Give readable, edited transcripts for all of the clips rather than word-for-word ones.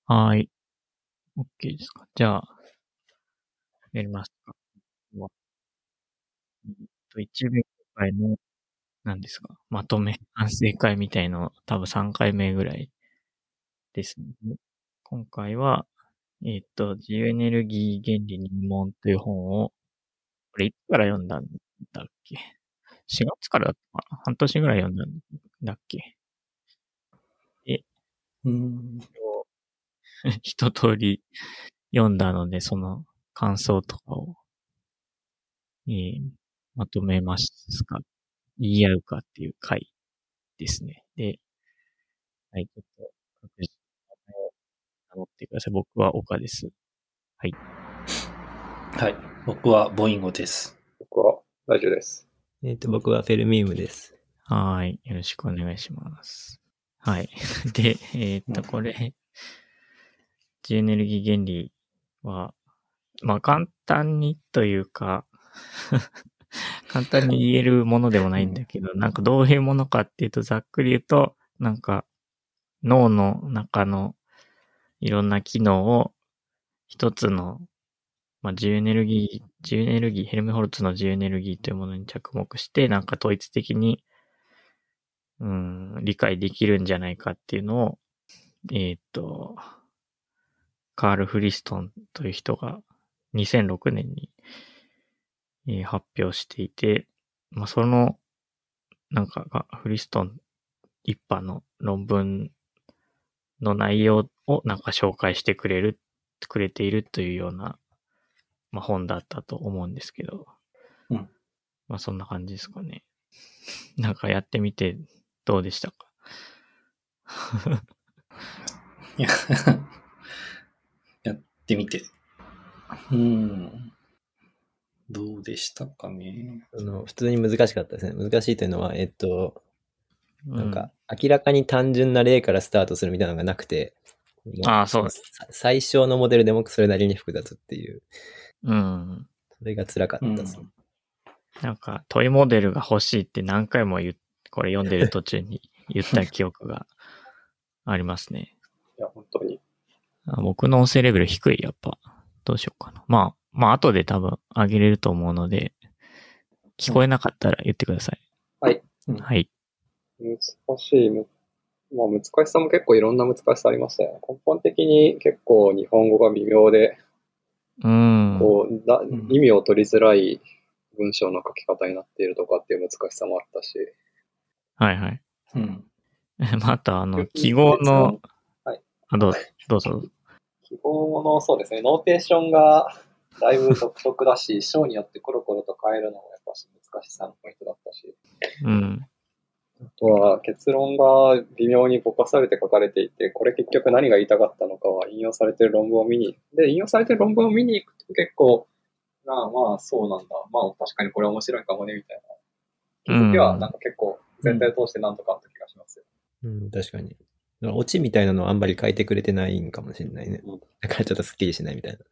はい。OK ですか。じゃあ、やりますか。一勉会の、何ですか。まとめ、反省会みたいの、多分3回目ぐらいですね。今回は、自由エネルギー原理入門という本を、これいつから読んだんだっけ？ 4 月からだったかな？半年ぐらい読んだんだっけ？で、一通り読んだので、その感想とかを、まとめますか、言い合うかっていう回ですね。で、はい、ちょっと、各自、名前を名乗ってください。僕は岡です。はい。 はい。僕はボインゴです。 僕は大丈夫です。 僕はフェルミウムです。 はい。よろしくお願いします。はい。で、これ、自由エネルギー原理は、まあ、簡単にというか、簡単に言えるものでもないんだけど、なんかどういうものかっていうと、ざっくり言うと、なんか、脳の中のいろんな機能を一つの、まあ、自由エネルギー、ヘルムホルツの自由エネルギーというものに着目して、なんか統一的に、理解できるんじゃないかっていうのを、カール・フリストンという人が2006年に、発表していて、まあ、その、なんか、フリストン一派の論文の内容をなんか紹介してくれているというような、まあ、本だったと思うんですけど、まあそんな感じですかね。なんかやってみてどうでしたか？ やってみて。どうでしたかね。 普通に難しかったですね。難しいというのは、なんか、明らかに単純な例からスタートするみたいなのがなくて、 そう。 最小のモデルでもそれなりに複雑っていう。それが辛かったですね。 なんか、トイモデルが欲しいって何回もこれ読んでる途中に言った記憶がありますね。 いや、本当に。 僕の音声レベル低い、やっぱ。どうしようかな。まあ、後で多分上げれると思うので、聞こえなかったら言ってください。 はい。 はい。 難しい。まあ、難しさも結構いろんな難しさありましたよね。根本的に結構日本語が微妙で、こう、意味を取りづらい文章の書き方になっているとかっていう難しさもあったし。 はいはい。また、記号の、 はい。 どうぞ。 記号の、そうですね、ノーテーションがだいぶ独特だし、章によってコロコロと変えるのもやっぱ難しさのポイントだったし。あとは結論が微妙にぼかされて書かれていて、これ結局何が言いたかったのかは引用されてる論文を見に行くと結構、まあそうなんだ。まあ確かにこれ面白いかもね、みたいな。気づきはなんか結構全体通してなんとかあった気がしますよ。 確かに。オチみたいなのはあんまり書いてくれてないんかもしれないね。だからちょっとスッキリしないみたいな。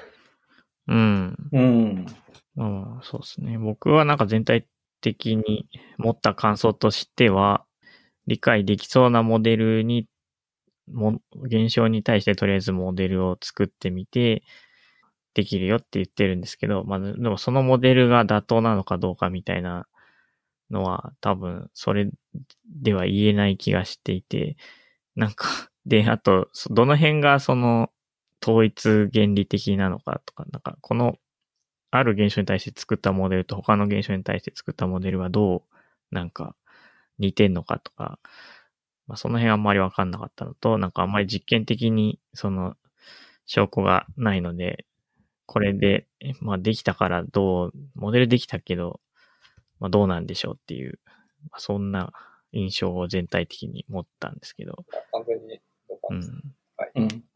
まあ、そうですね。僕はなんか全体的に持った感想としては、理解できそうなモデルに、現象に対してとりあえずモデルを作ってみて、できるよって言ってるんですけど、まあ、でもそのモデルが妥当なのかどうかみたいなのは多分それでは言えない気がしていて、なんか、で、あと、どの辺がその統一原理的なのかとか、なんかこのある現象に対して作ったモデルと他の現象に対して作ったモデルはどうなんか似てんのかとか、まあ、その辺あんまりわかんなかったのと、なんかあんまり実験的にその証拠がないので、これで、まあできたからモデルできたけど、まあどうなんでしょうっていう、まあ、そんな印象を全体的に持ったんですけど。 完全に同感です。はい。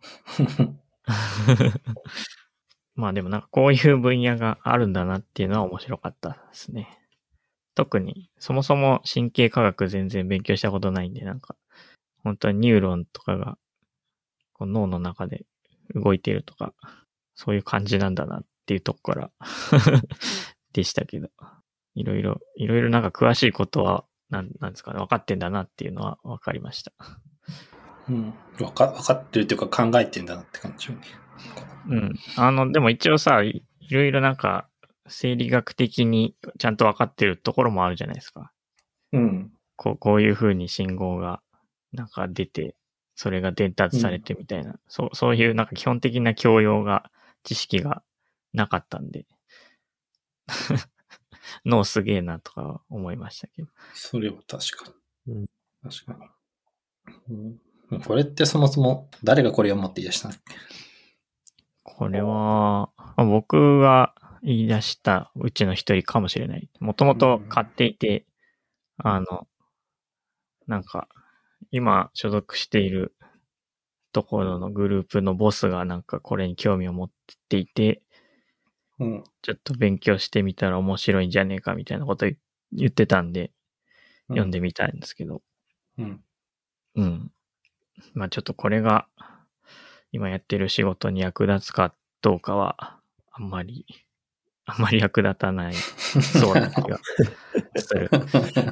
まあでもなんかこういう分野があるんだなっていうのは面白かったですね。特に、そもそも神経科学全然勉強したことないんで、なんか、本当にニューロンとかが、こう脳の中で動いてるとか、そういう感じなんだなっていうとこからでしたけど、いろいろなんか詳しいことは、なんですかね、分かってんだなっていうのは分かりました。 うん。わかってるっていうか考えてんだなって感じよね。 うん。でも一応さ、いろいろなんか、生理学的にちゃんと分かってるところもあるじゃないですか。 うん。 こういう風に信号がなんか出て、それが伝達されてみたいな、そういうなんか基本的な教養が、知識がなかったんで、脳すげえなとか思いましたけど。 それは確かうん。 に。確かに。うん、これってそもそも誰がこれを持って言い出したんだっけ？ これは、僕が言い出したうちの一人かもしれない。もともと買っていて、なんか、今所属しているところのグループのボスがなんかこれに興味を持っていて、 うん。 ちょっと勉強してみたら面白いんじゃねえかみたいなこと言ってたんで、読んでみたいんですけど。 うん。 うん。まあちょっとこれが今やってる仕事に役立つかどうかは、あんまり役立たないそうな気がする。 確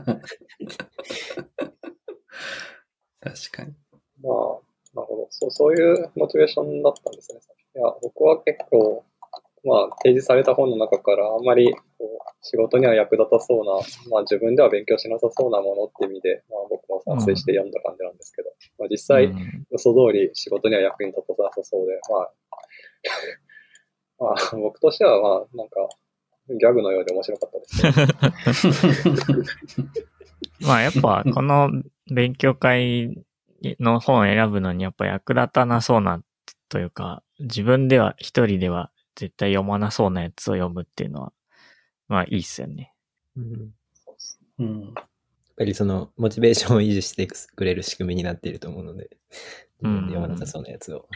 かに。 まあ、なるほど。そういうモチベーションだったんですね。いや、僕は結構、提示された本の中からあんまり仕事には役立たそうな、自分では勉強しなさそうなものって意味で、僕も賛成して読んだ感じなんですけど、実際、予想通り仕事には役に立たなさそうで、僕としては、なんか、ギャグのようで面白かったですね。 やっぱこの勉強会の本を選ぶのにやっぱ役立たなそうなというか、自分では一人では絶対読まなそうなやつを読むっていうのは、いいっすよね。 うん。 うん。 やっぱりそのモチベーションを維持してくれる仕組みになっていると思うので、自分で読まなさそうなやつを。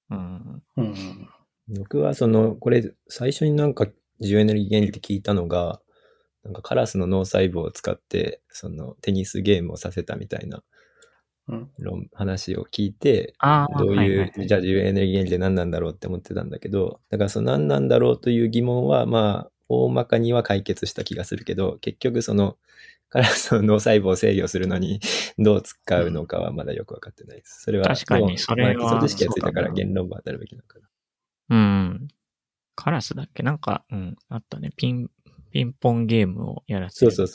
僕はこれ最初になんか自由エネルギー原理って聞いたのが、なんかカラスの脳細胞を使ってテニスゲームをさせたみたいな話を聞いて、どういう、じゃあ自由エネルギー原理で何なんだろうって思ってたんだけど、だから何なんだろうという疑問は大まかには解決した気がするけど、結局カラスの脳細胞を制御するのにどう使うのかはまだよくわかってないです。それは確かにそれは、 基礎知識がついたから言論も当たるべきなのかな。 うん。カラスだっけなんか、あったね。ピンポンゲームをやらせる。 そう。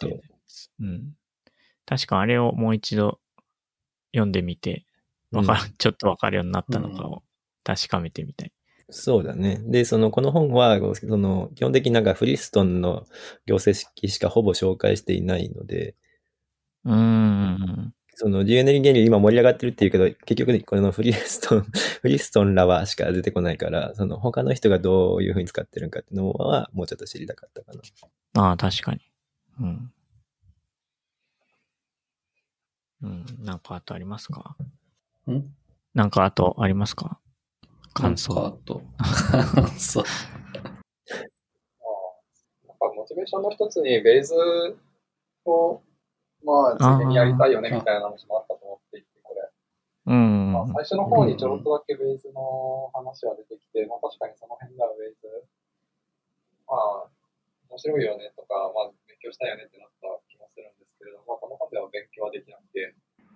確かあれをもう一度読んでみて、ちょっとわかるようになったのかを確かめてみたい。 そうだね。で、この本は、基本的になんかフリストンの業績しかほぼ紹介していないので、自由エネルギー原理今盛り上がってるっていうけど、結局ね、このフリストンらはしか出てこないから、他の人がどういう風に使ってるんかっていうのは、もうちょっと知りたかったかな。 確かに。なんかあとありますか？なんかあとありますか？感想。 感想。 モチベーションの一つにベーズを、ついでにやりたいよねみたいな話もあったと思っていて、これ。最初の方にちょろっとだけベーズの話は出てきて、確かにその辺ではベーズ、面白いよねとか、勉強したいよねってなった気もするんですけれども、この本では勉強はできなくて、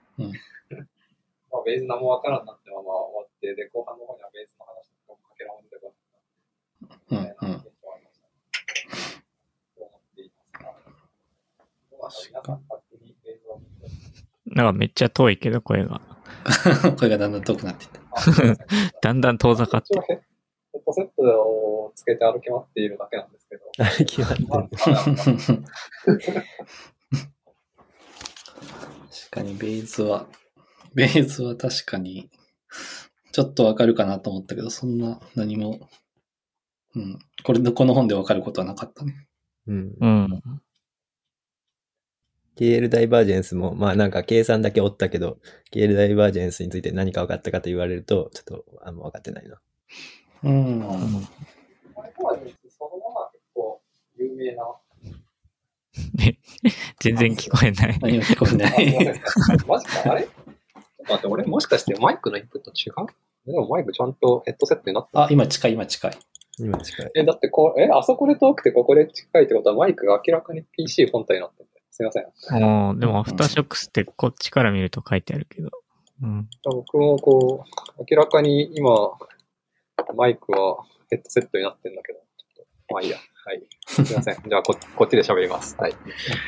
ベーズ何もわからんなってまま終わって、で、後半の方にはベーズの話とかかけらもんでばみたいな話もありましたね。と思っていますが、皆さん勝手にベーズを見て。 なんかめっちゃ遠いけど、声が。 声がだんだん遠くなっていった。 だんだん遠ざかって。 ヘッドセットをつけて歩き回っているだけなんですけど。 歩き回ってる。 確かにベーズは確かに、ちょっとわかるかなと思ったけど、そんな何も、この本でわかることはなかったね。 KL ダイバージェンスも、なんか計算だけ追ったけど、KL ダイバージェンスについて何か分かったかと言われると、ちょっとあんま分かってないな。 これはそのまま結構有名な。 全然聞こえない。 何も聞こえない。 マジか、あれちょっと待って、俺もしかしてマイクのインプット違う？でもマイクちゃんとヘッドセットになった。 今近い。 だってあそこで遠くてここで近いってことはマイクが明らかに PC 本体になってるんだよ。すいません。 でもアフターショックスってこっちから見ると書いてあるけど。 うん。 僕もこう、明らかに今、マイクはヘッドセットになってるんだけど、ちょっとまあいいや。はい。すいません。じゃあこっちで喋ります。はい。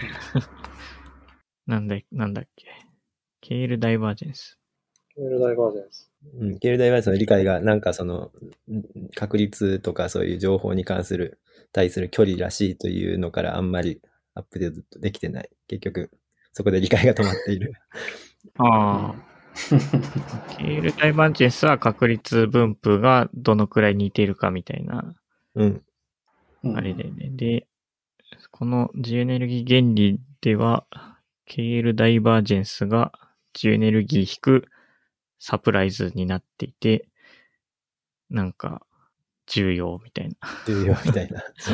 なんだっけ。ケールダイバージェンス。 ケールダイバージェンス。 うん、ケールダイバージェンスの理解が、なんかその、確率とかそういう情報に関する、対する距離らしいというのからあんまりアップデートできてない。結局、そこで理解が止まっている。 ああ。ケールダイバージェンスは確率分布がどのくらい似ているかみたいな、 うん。 あれでね。で、この自由エネルギー原理では、ケールダイバージェンスが自由エネルギー引くサプライズになっていて、なんか、重要みたいな。 重要みたいな。そう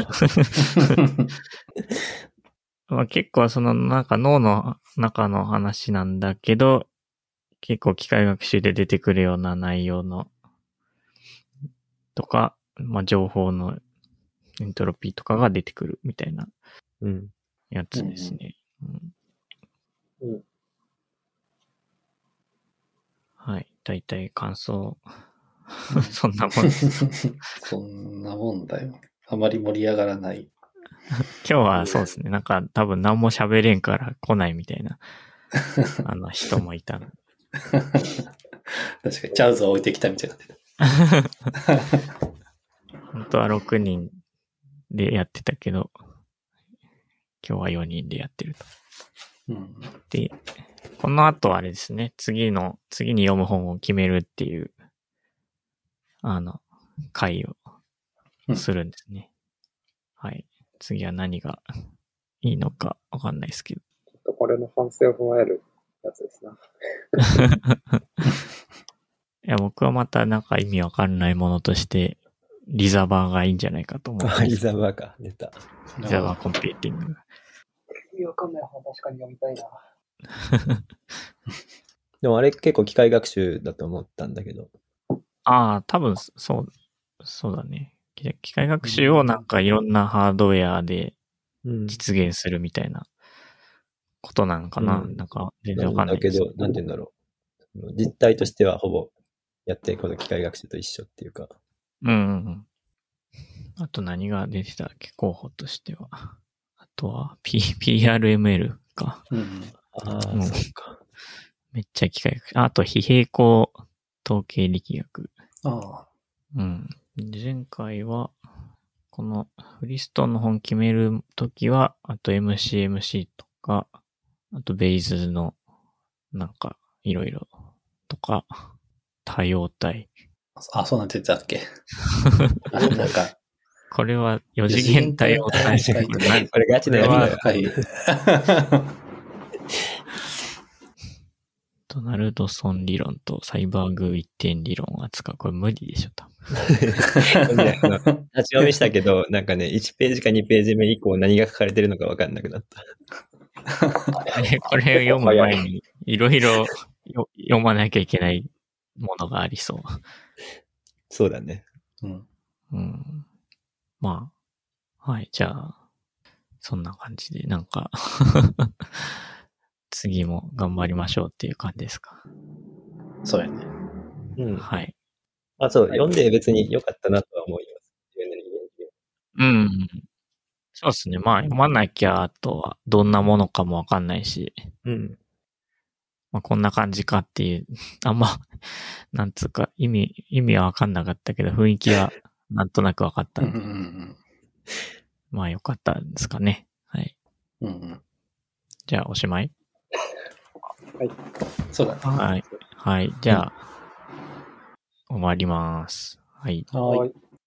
まあ、結構そのなんか脳の中の話なんだけど、結構機械学習で出てくるような内容のとか、まあ、情報のエントロピーとかが出てくるみたいなやつですね。 うん。 はい。だいたい感想、そんなもん。 そんなもんだよ。あまり盛り上がらない。 今日はそうですね。なんか多分何も喋れんから来ないみたいな、人もいたの。 確かに、チャーズを置いてきたみたいになってた。 本当は6人でやってたけど、今日は4人でやってると。 うん、 で、この後あれですね、次に読む本を決めるっていう、会をするんですね。はい。次は何がいいのかわかんないですけど。 ちょっとこれの反省を踏まえるやつですな。 いや、僕はまたなんか意味わかんないものとして、リザバーがいいんじゃないかと思う。 リザバーか、出た。 リザバーコンピューティング。 意味わかんない本確かに読みたいな。 でもあれ結構機械学習だと思ったんだけど。 ああ、多分そうだね。機械学習をなんかいろんなハードウェアで実現するみたいなことなのかな。なんか全然わかんないです。だけど、なんて言うんだろう。実態としてはほぼやってること機械学習と一緒っていうか。 あと何が出てたっけ、候補としては。あとは PRML か。 そうか。 めっちゃ機械学習。あと非平行統計力学。前回は、このフリストンの本決めるときは、あと MCMC とか、あとベイズのなんかいろいろとか、多様体。 そうなんて言ってたっけなんか。 これは4次元多様体。 これガチなやつだよ。 ドナルドソン理論とサイバーグ一点理論を扱う。これ無理でしょ、多分。 立ち読みしたけど、なんかね、1ページか2ページ目以降何が書かれてるのか分かんなくなった。 これを読む前に、いろいろ読まなきゃいけないものがありそう。 そうだね。 まあ、はい、じゃあ、そんな感じで、なんか、次も頑張りましょうっていう感じですか。 そうやね。 はい。 そう、読んで別に良かったなとは思います。そうですね。まあ、読まなきゃ、あとは、どんなものかもわかんないし。まあ、こんな感じかっていう、あんま、なんつうか、意味はわかんなかったけど、雰囲気はなんとなくわかったんで。まあ、よかったんですかね。はい。じゃあ、おしまい？ はい。 そうだね。 はい。はい。じゃあ、終わります。はい。 はい。